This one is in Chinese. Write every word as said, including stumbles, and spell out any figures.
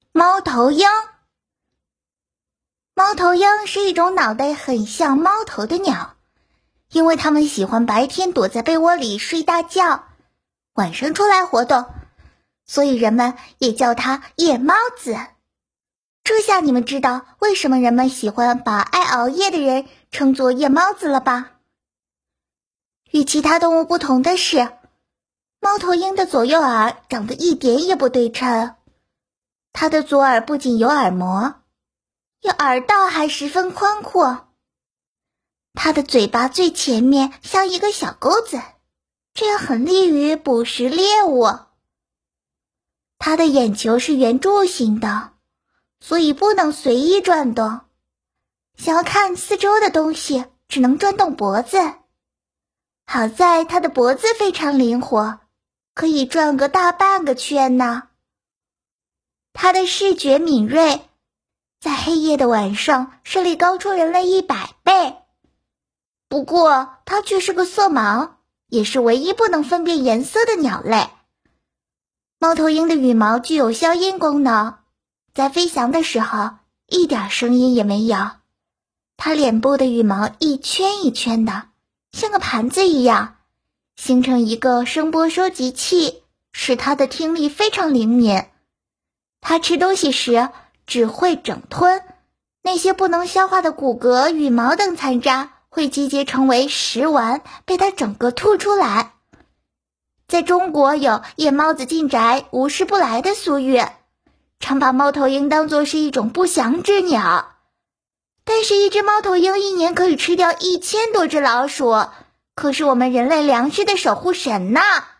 猫头鹰。猫头鹰是一种脑袋很像猫头的鸟，因为它们喜欢白天躲在被窝里睡大觉，晚上出来活动，所以人们也叫它夜猫子。这下你们知道为什么人们喜欢把爱熬夜的人称作夜猫子了吧？与其他动物不同的是，猫头鹰的左右耳长得一点也不对称。它的左耳不仅有耳膜，有耳道还十分宽阔。它的嘴巴最前面像一个小钩子，这样很利于捕食猎物。它的眼球是圆柱形的，所以不能随意转动。想要看四周的东西，只能转动脖子。好在它的脖子非常灵活，可以转个大半个圈呢。它的视觉敏锐，在黑夜的晚上视力高出人类一百倍。不过它却是个色盲，也是唯一不能分辨颜色的鸟类。猫头鹰的羽毛具有消音功能，在飞翔的时候一点声音也没有。它脸部的羽毛一圈一圈的，像个盘子一样，形成一个声波收集器，使它的听力非常灵敏。它吃东西时只会整吞，那些不能消化的骨骼、羽毛等残渣会集结成为食丸，被它整个吐出来。在中国有夜猫子进宅，无事不来的俗语，常把猫头鹰当作是一种不祥之鸟。但是一只猫头鹰一年可以吃掉一千多只老鼠，可是我们人类粮食的守护神呐！